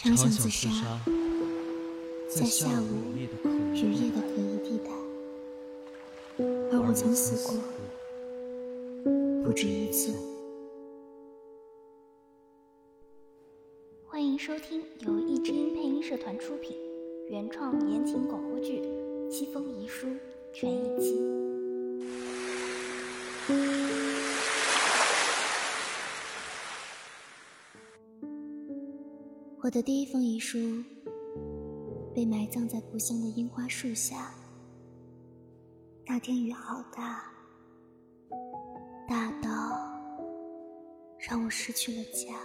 常想自杀，在下午日夜的可疑地带，而我曾死过不止一次。 欢迎收听由一之音配音社团出品，原创言情广播剧《西风遗书》全一期。 我的第一封遗书被埋葬在故乡的樱花树下。那天雨好大，大到让我失去了家。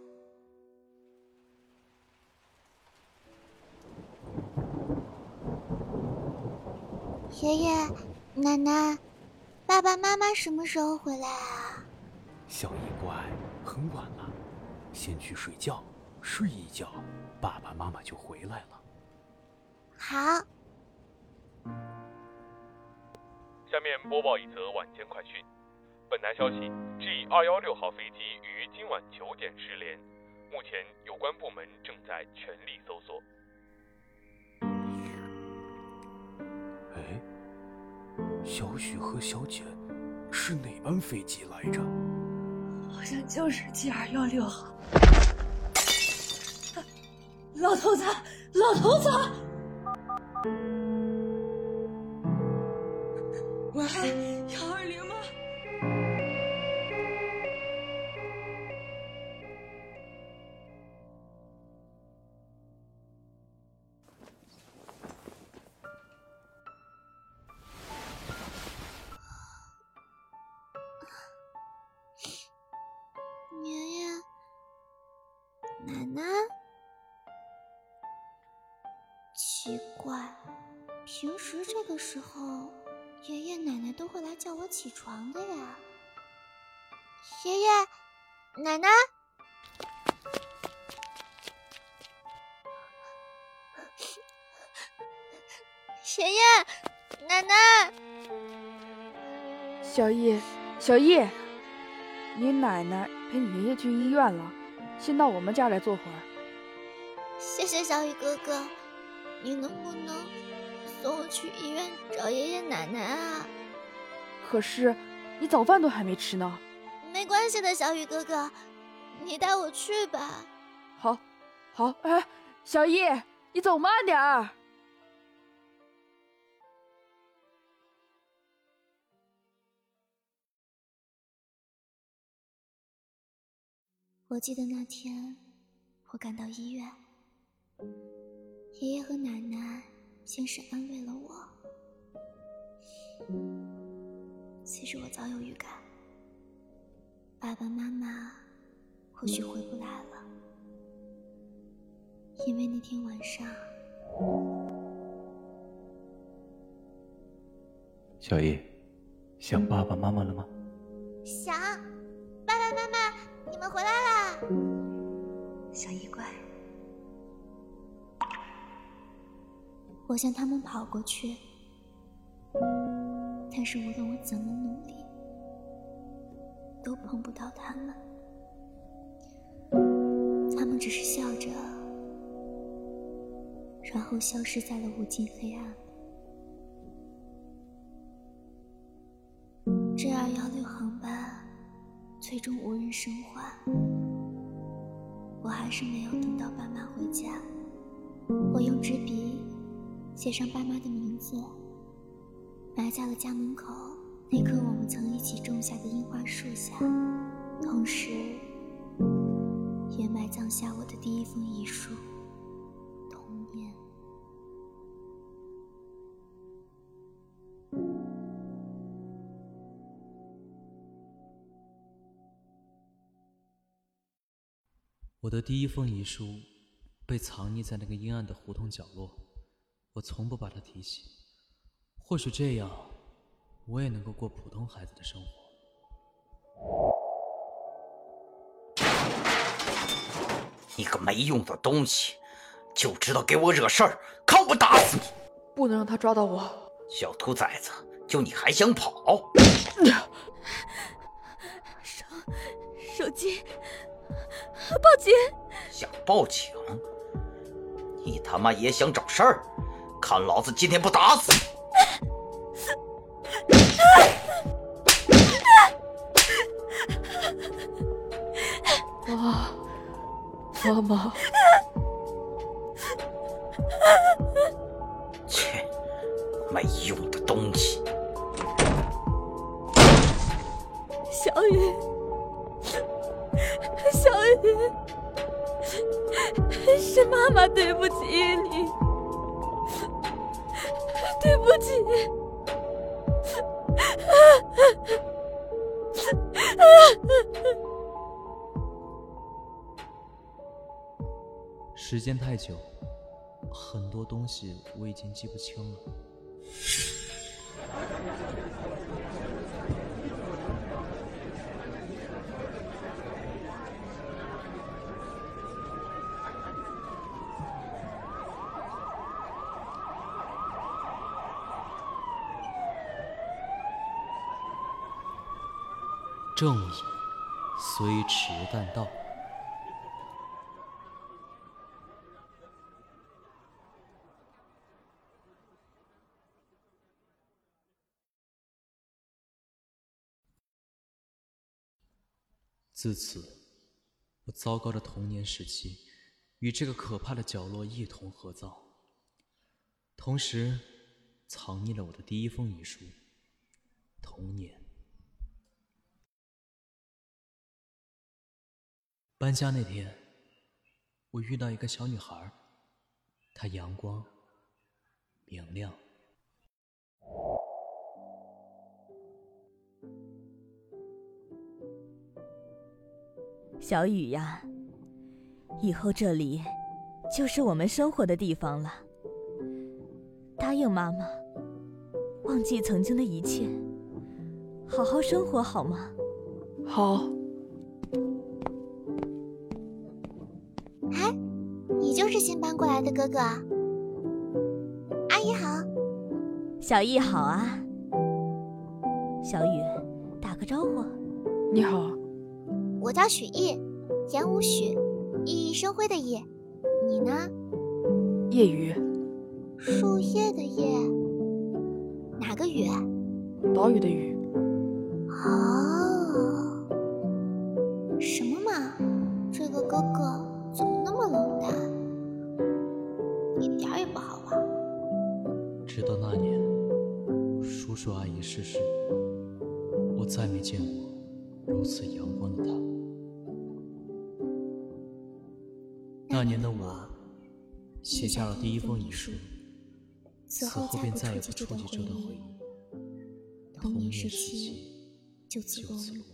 爷爷奶奶，爸爸妈妈什么时候回来啊？ 小姨乖，很晚了，先去睡觉，睡一觉，爸爸妈妈就回来了。 好。 下面播报一则晚间快讯。本台消息 ，G216号飞机于今晚9点失联，目前有关部门正在全力搜索。 哎，小许和小简是哪班飞机来着？ 好像就是 G216号。老头子，老头子！喂，120吗？ 爷爷奶奶，奇怪，平时这个时候爷爷奶奶都会来叫我起床的呀。爷爷奶奶，爷爷奶奶， 小易，小易，你奶奶陪你爷爷去医院了，先到我们家来坐会儿。 谢谢小雨哥哥，你能不能送我去医院找爷爷奶奶啊？ 可是你早饭都还没吃呢。 没关系的，小雨哥哥，你带我去吧。 好，好，哎，小易，你走慢点儿。 我记得那天我赶到医院，爷爷和奶奶先是安慰了我。其实我早有预感，爸爸妈妈或许回不来了，因为那天晚上。 小姨，想爸爸妈妈了吗？ 想，爸爸妈妈，你们回来啦！ 小姨乖。 我向他们跑过去，但是无论我怎么努力，都碰不到他们。他们只是笑着，然后消失在了无尽黑暗。G216航班最终无人生还，我还是没有等到爸妈回家。我用纸笔写上爸妈的名字，埋在了家门口那棵我们曾一起种下的樱花树下，同时也埋葬下我的第一封遗书——童年。 我的第一封遗书被藏匿在那个阴暗的胡同角落，我从不把它提起。或许这样，我也能够过普通孩子的生活。 你个没用的东西，就知道给我惹事儿，看我打死你！ 不能让他抓到我。 小兔崽子，就你还想跑？ 手机，报警！ 想报警？ 你他妈也想找事儿？看老子今天不打死你！妈妈， 切，没用的东西！ 小雨，小雨，是妈妈对不起你，对不起。 时间太久，很多东西我已经记不清了。正义虽迟但到。自此，我糟糕的童年时期与这个可怕的角落一同合葬，同时藏匿了我的第一封遗书。童年。搬家那天，我遇到一个小女孩，她阳光明亮。 小雨呀，以后这里就是我们生活的地方了。答应妈妈，忘记曾经的一切，好好生活好吗？ 好。 哎，你就是新搬过来的哥哥啊？阿姨好。 小易好啊。小雨，打个招呼。 你好。 我叫许艺，言无许，熠熠生辉的熠。你呢？ 叶雨。 树叶的叶。哪个雨？ 岛屿的屿。 哦，什么嘛，这个哥哥怎么那么冷淡，一点儿也不好玩。 直到那年叔叔阿姨逝世，我再没见过如此阳光的他。那年的我写下了第一封遗书，此后便再也不触及这段回忆，童年时期就此落幕。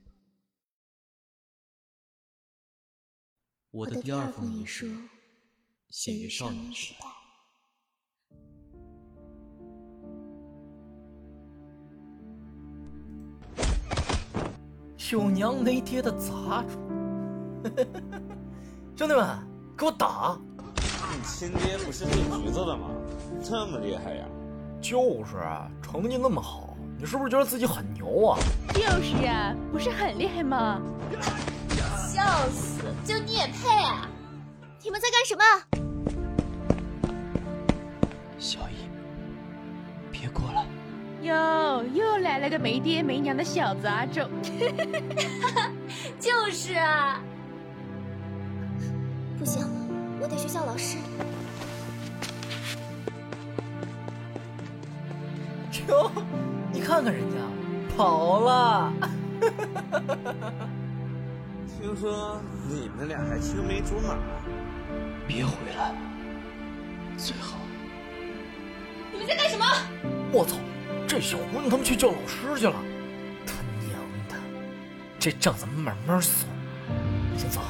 我的第二封遗书写于少年时代。 有娘没爹的杂种！兄弟们，给我打！ 你亲爹不是地局子的吗？这么厉害呀？ 就是啊，成绩那么好，你是不是觉得自己很牛啊？ 就是呀，不是很厉害吗？ 笑死！就你也配啊？你们在干什么？ 小易，别过来！ 又来了个没爹没娘的小杂种。 就是啊。不行，我得去叫老师。 哟，你看看人家跑了。 听说你们俩还青梅竹马。 别回来，最好。 你们在干什么？ 我操，这小混他妈去叫老师去了。他娘的，这账咱们慢慢算。先走。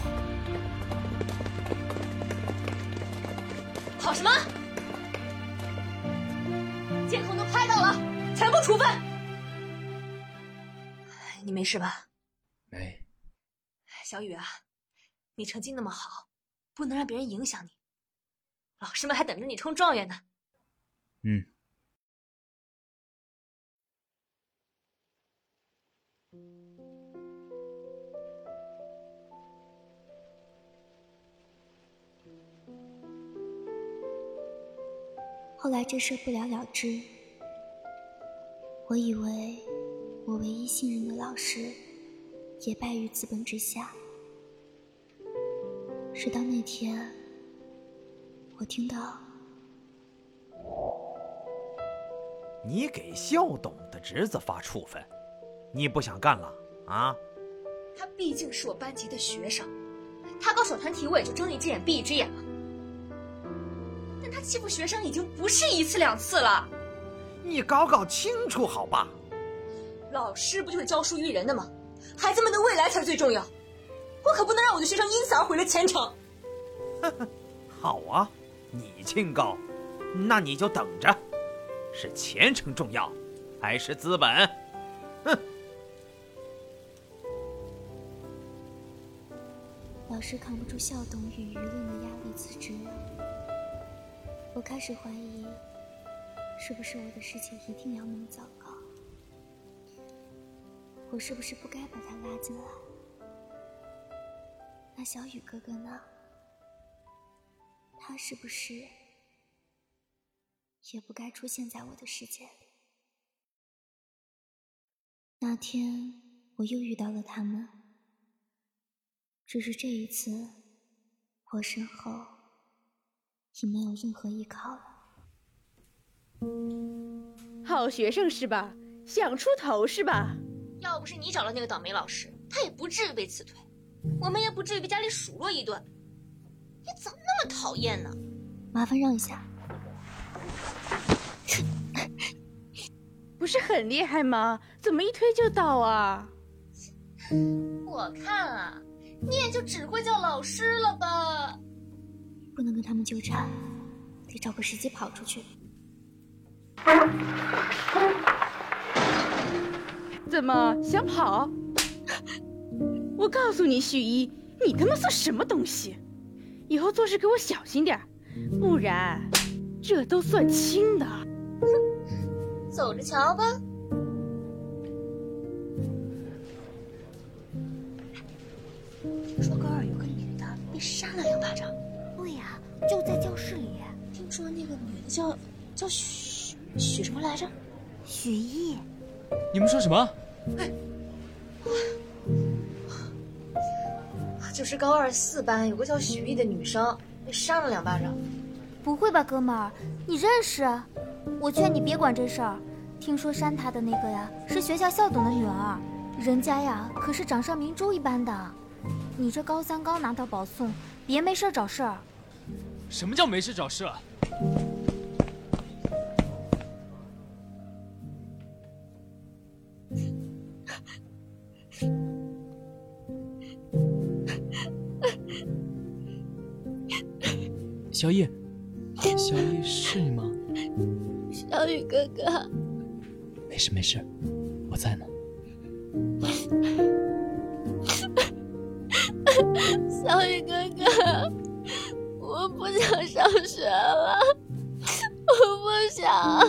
跑什么？监控都拍到了，全部处分。你没事吧？ 没。 小雨啊，你成绩那么好，不能让别人影响你。老师们还等着你冲状元呢。 嗯。 后来这事不了了之。我以为我唯一信任的老师也败于资本之下。直到那天，我听到你给校董的侄子发处分，你不想干了啊？ 他毕竟是我班级的学生，他搞小团体我也就睁一只眼闭一只眼了。但他欺负学生已经不是1次2次了。 你搞清楚好吧？ 老师不就是教书育人的吗？孩子们的未来才最重要，我可不能让我的学生因此而毁了前程。 好啊，你清高，那你就等着，是前程重要，还是资本？哼！ 老师扛不住校董与舆论的压力辞职了。我开始怀疑，是不是我的世界一定要那么糟糕？我是不是不该把他拉进来？那小雨哥哥呢？他是不是也不该出现在我的世界里？那天我又遇到了他们，只是这一次我身后已没有任何依靠了。 好学生是吧？想出头是吧？ 要不是你找了那个倒霉老师，他也不至于被辞退，我们也不至于被家里数落一顿。你怎么那么讨厌呢？ 麻烦让一下。 不是很厉害吗？怎么一推就倒啊？ 我看啊，你也就只会叫老师了吧。 不能跟他们纠缠，得找个时机跑出去。 怎么想跑？我告诉你，许一，你他妈算什么东西？以后做事给我小心点，不然这都算轻的。 走着瞧吧。听说高二有个女的被扇了2巴掌。 对呀，就在教室里。 听说那个女的叫许什么来着？ 许艺。 你们说什么？ 哎，就是高2 4班有个叫许艺的女生被扇了2巴掌。 不会吧，哥们儿，你认识？我劝你别管这事儿。听说扇她的那个呀，是学校校董的女儿，人家呀可是掌上明珠一般的。你这高3刚拿到保送，别没事找事儿。 什么叫没事找事？小叶，小叶是你吗？ 小雨哥哥， 没事没事，我在呢。 小雨哥哥，我不想上学了，我不想。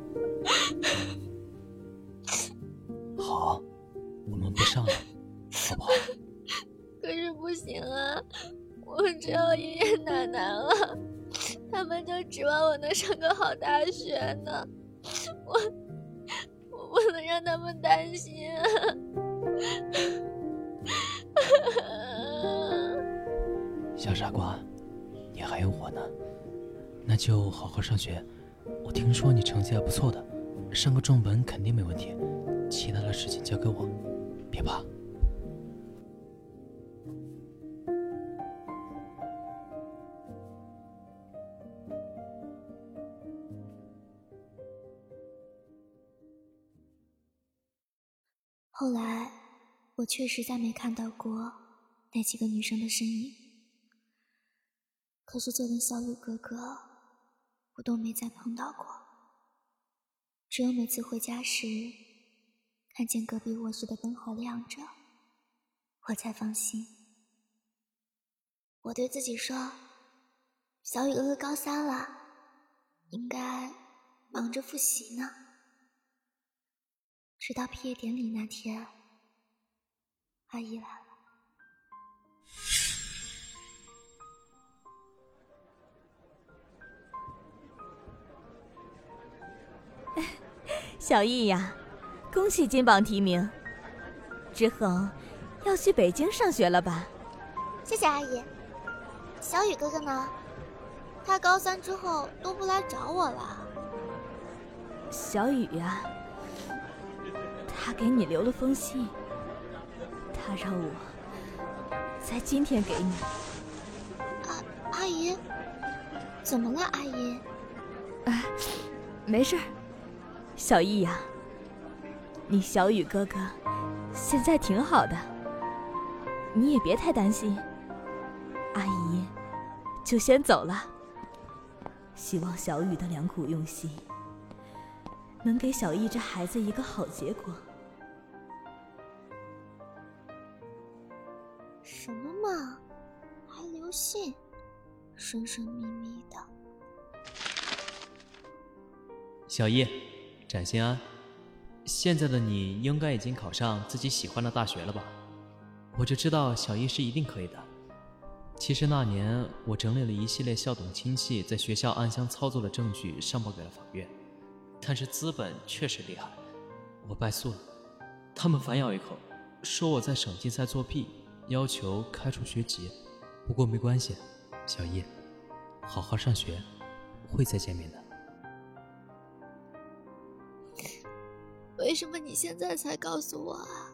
好，我们不上了，好不好？ 可是不行啊，我只有爷爷奶奶了，他们就指望我能上个好大学呢，我不能让他们担心啊。 小傻瓜，你还有我呢，那就好好上学。我听说你成绩还不错的，上个重本肯定没问题，其他的事情交给我，别怕。 后来，我确实再没看到过那几个女生的身影。可是就连小雨哥哥，我都没再碰到过。只有每次回家时，看见隔壁卧室的灯还亮着，我才放心。我对自己说，小雨哥哥高3了，应该忙着复习呢。直到毕业典礼那天，阿姨来了。 小易呀，恭喜金榜题名，之后要去北京上学了吧？ 谢谢阿姨。小雨哥哥呢？他高3之后都不来找我了。 小雨呀，他给你留了封信，他让我在今天给你。 阿姨，怎么了，阿姨？ 没事。小易呀，你小雨哥哥现在挺好的，你也别太担心。阿姨就先走了，希望小雨的良苦用心能给小易这孩子一个好结果。 什么嘛，还留信，神神秘秘的。 小易，展心安，现在的你应该已经考上自己喜欢的大学了吧？我就知道小易是一定可以的。其实那年我整理了一系列校董亲戚在学校暗箱操作的证据上报给了法院，但是资本确实厉害，我败诉了。他们反咬一口，说我在省竞赛作弊，要求开除学籍。不过没关系，小易，好好上学，会再见面的。 为什么你现在才告诉我啊？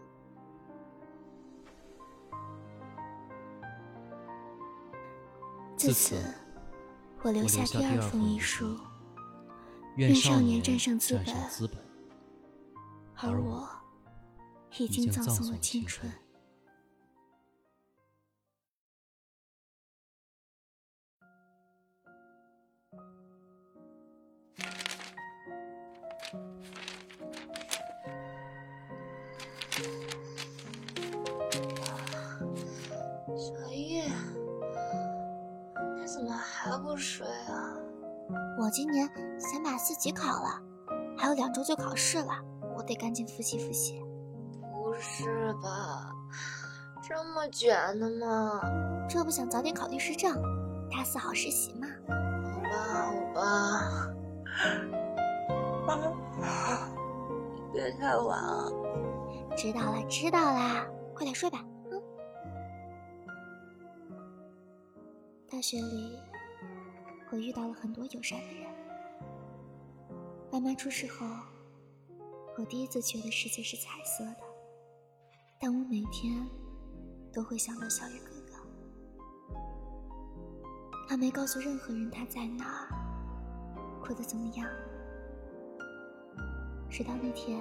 自此，我留下第2封遗书，愿少年战胜资本，而我已经葬送了青春。 小易，你怎么还不睡啊？ 我今年先把4级考了，还有2周就考试了，我得赶紧复习复习。 不是吧，这么卷的吗？ 这不想早点考律师证，大4好实习嘛。 好吧，你别太晚了。 知道了，知道啦，快点睡吧。大学里，我遇到了很多友善的人。爸妈出事后，我第一次觉得世界是彩色的，但我每天都会想到小雨哥哥。他没告诉任何人他在哪儿，过得怎么样。直到那天，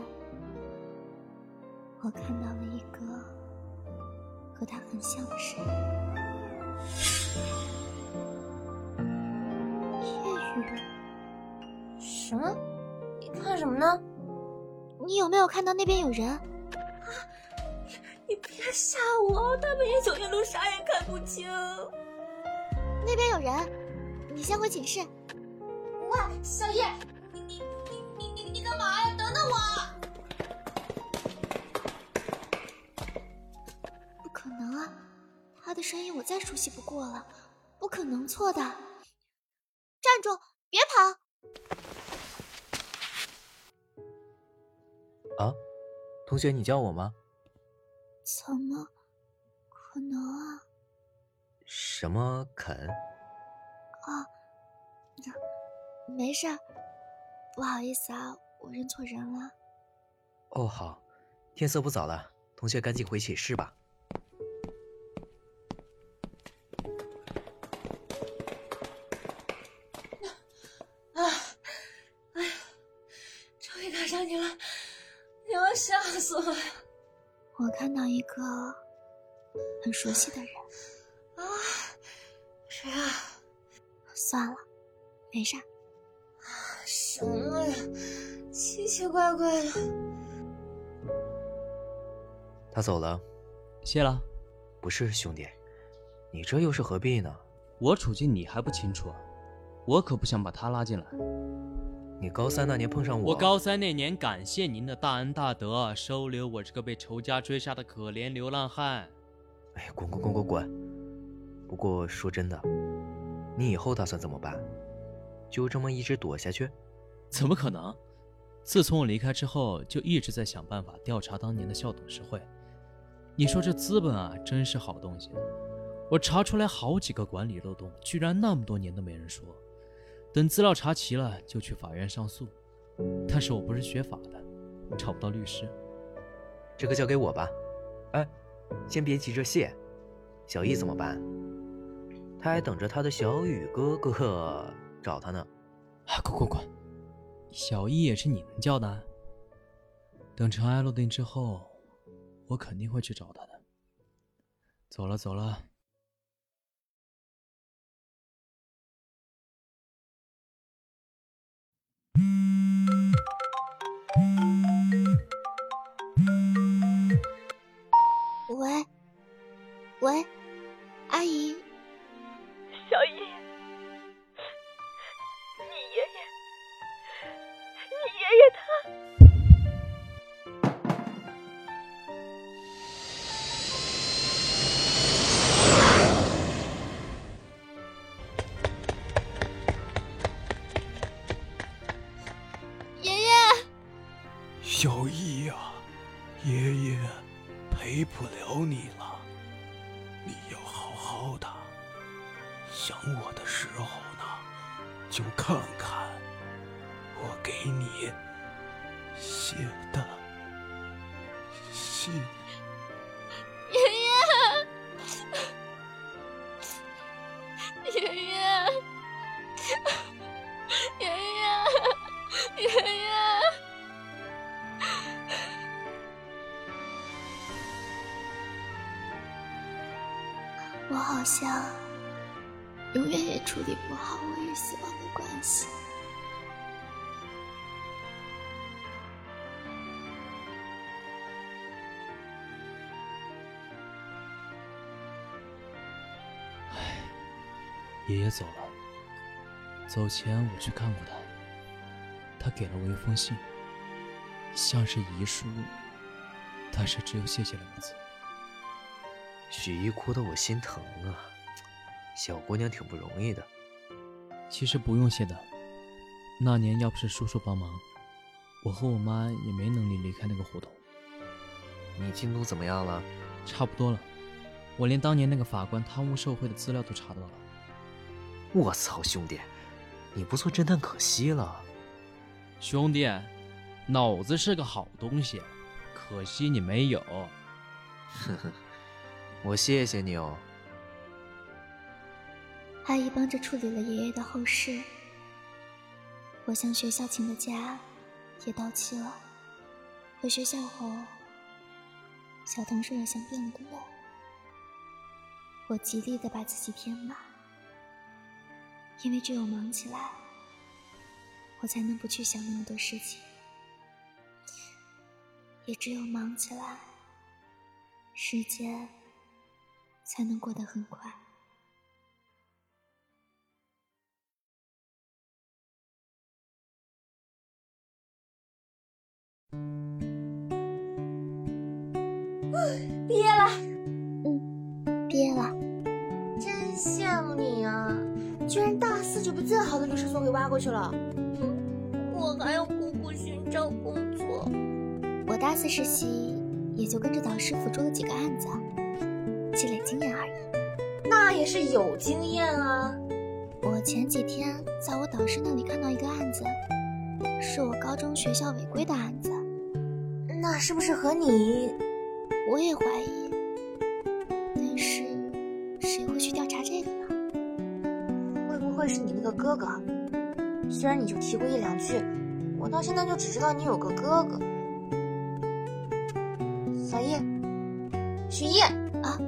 我看到了一个和他很像的声音。 什么？你看什么呢？ 你有没有看到那边有人？ 你别吓我，大半夜9点钟啥也看不清。 那边有人，你先回寝室。 喂，小叶，你干嘛呀？等等我！ 不可能啊，他的声音我再熟悉不过了，不可能错的。站住，别跑！ 啊，同学，你叫我吗？ 怎么可能啊？ 什么肯？ 啊，没事，不好意思啊，我认错人了。 哦，好，天色不早了，同学赶紧回寝室吧。 终于看上你了，你要吓死我了！ 我看到一个很熟悉的人。 啊，谁啊？ 算了，没事。 什么呀？奇奇怪怪的。 他走了， 谢了。 不是兄弟，你这又是何必呢？ 我处境你还不清楚，我可不想把他拉进来。 你高3那年碰上我， 我高3那年感谢您的大恩大德，收留我这个被仇家追杀的可怜流浪汉。 哎，滚！不过说真的，你以后打算怎么办？就这么一直躲下去？ 怎么可能？ 自从我离开之后，就一直在想办法调查当年的校董事会。你说这资本啊，真是好东西。我查出来好几个管理漏洞，居然那么多年都没人说。等资料查齐了，就去法院上诉。但是我不是学法的，找不到律师。 这个交给我吧。哎，先别急着谢。小易怎么办？他还等着他的小雨哥哥找他呢。 啊，滚！小易也是你们叫的？等尘埃落定之后，我肯定会去找他的。走了。 喂，阿姨。 小易，你爷爷他。 爷爷。 小易呀，爷爷陪不了你了。你要好好的，想我的时候呢，就看看我给你写的信。 爷爷。我好像永远也处理不好我与死亡的关系。 爷爷走了，走前我去看过他，他给了我一封信，像是遗书，但是只有谢谢两个字。 许一哭得我心疼啊，小姑娘挺不容易的。 其实不用谢的，那年要不是叔叔帮忙，我和我妈也没能力离开那个胡同。 你进度怎么样了？ 差不多了，我连当年那个法官贪污受贿的资料都查到了。 我操，兄弟，你不做侦探可惜了。 兄弟，脑子是个好东西，可惜你没有。 呵呵，我谢谢你哦。 阿姨帮着处理了爷爷的后事，我向学校请的假也到期了。回学校后，小同事又想变故了。我极力的把自己填满，因为只有忙起来，我才能不去想那么多事情。也只有忙起来，时间才能过得很快。 毕业了。 毕业了。 真羡慕你啊，居然大四就被最好的律师所给挖过去了。 我还要苦苦寻找工作。我大四实习也就跟着导师辅助了几个案子，积累经验而已。 那也是有经验啊。 我前几天在我导师那里看到一个案子，是我高中学校违规的案子。 那是不是和你？ 我也怀疑，但是谁会去调查这个呢？ 会不会是你那个哥哥？虽然你就提过一两句，我到现在就只知道你有个哥哥。小叶，许叶啊，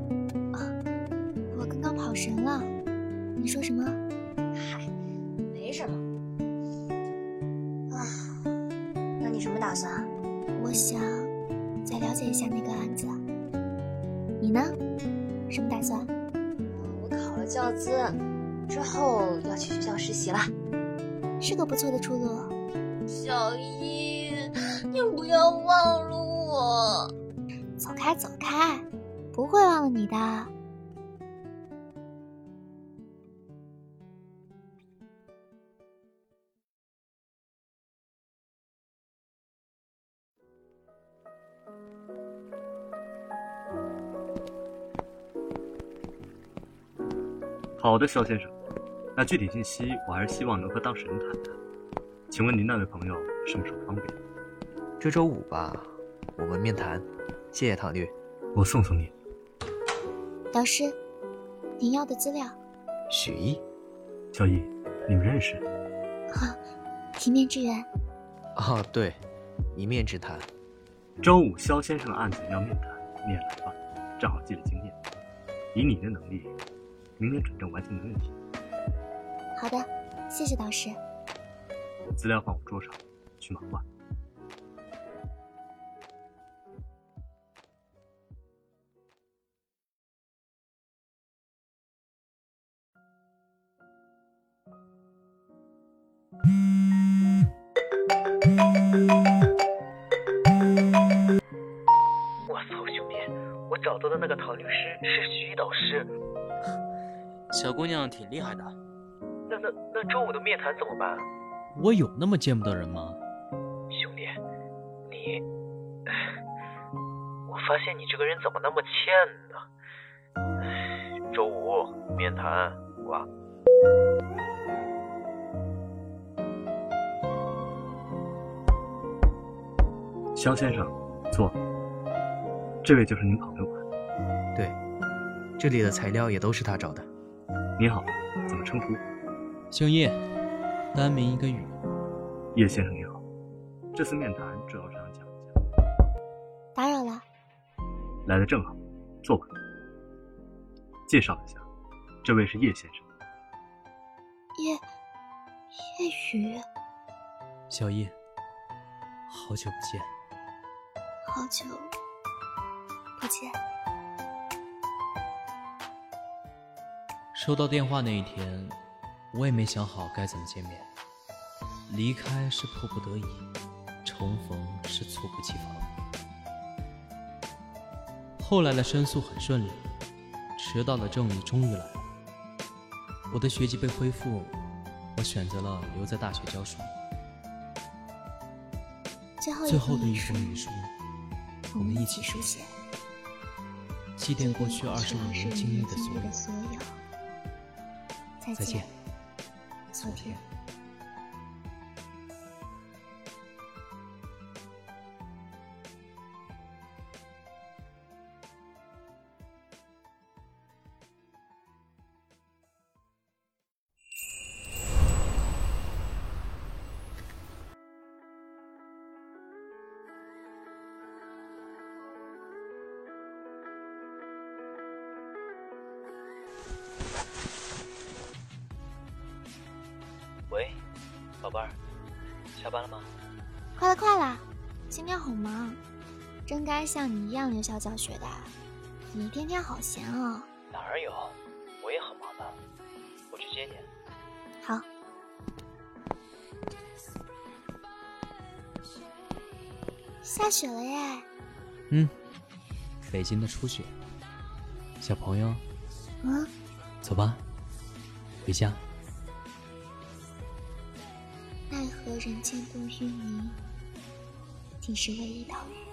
我刚刚跑神了。你说什么？ 嗨，没什么。啊，那你什么打算？ 我想再了解一下那个案子。你呢？什么打算？ 我考了教资，之后要去学校实习了， 是个不错的出路。 小一，你不要忘了我。 走开，走开，不会忘了你的。 好的，肖先生。那具体信息我还是希望能和当事人谈谈。请问您那位朋友什么时候方便？ 这周5吧，我们面谈。谢谢唐律， 我送送你。 导师，您要的资料。 许毅， 小易，你们认识？ 一面之缘。 哦，对，一面之谈。 周5肖先生的案子要面谈，你也来吧，正好积累经验。以你的能力，明年转正完全没问题。 好的，谢谢导师。 资料放我桌上，去忙吧。 我操，兄弟，我找到的那个唐律师是徐导师。 小姑娘挺厉害的。 那周5的面谈怎么办？ 我有那么见不得人吗？ 兄弟，你，我发现你这个人怎么那么欠呢？周5面谈，哇！ 肖先生，坐。这位就是您朋友吧？ 对，这里的材料也都是他找的。 你好，怎么称呼？ 姓叶，单名一个宇。 叶先生你好，这次面谈主要是想讲一讲。 打扰了。 来得正好，坐吧。介绍一下，这位是叶先生。 叶宇。 小叶，好久不见。 好久不见。 收到电话那一天，我也没想好该怎么见面。离开是迫不得已，重逢是猝不及防。后来的申诉很顺利，迟到的正义终于来了。我的学籍被恢复，我选择了留在大学教书。最后的一封遗书，我们一起书写，祭奠过去25年经历的所有。再见，昨天。 喂，宝贝儿，下班了吗？ 快了，今天好忙，真该像你一样留校教学的。你一天天好闲哦。 哪儿有，我也很忙的，我去接你。 好。下雪了耶。 北京的初雪。小朋友，走吧，回家。 奈何人间多淤泥，竟是唯一岛屿。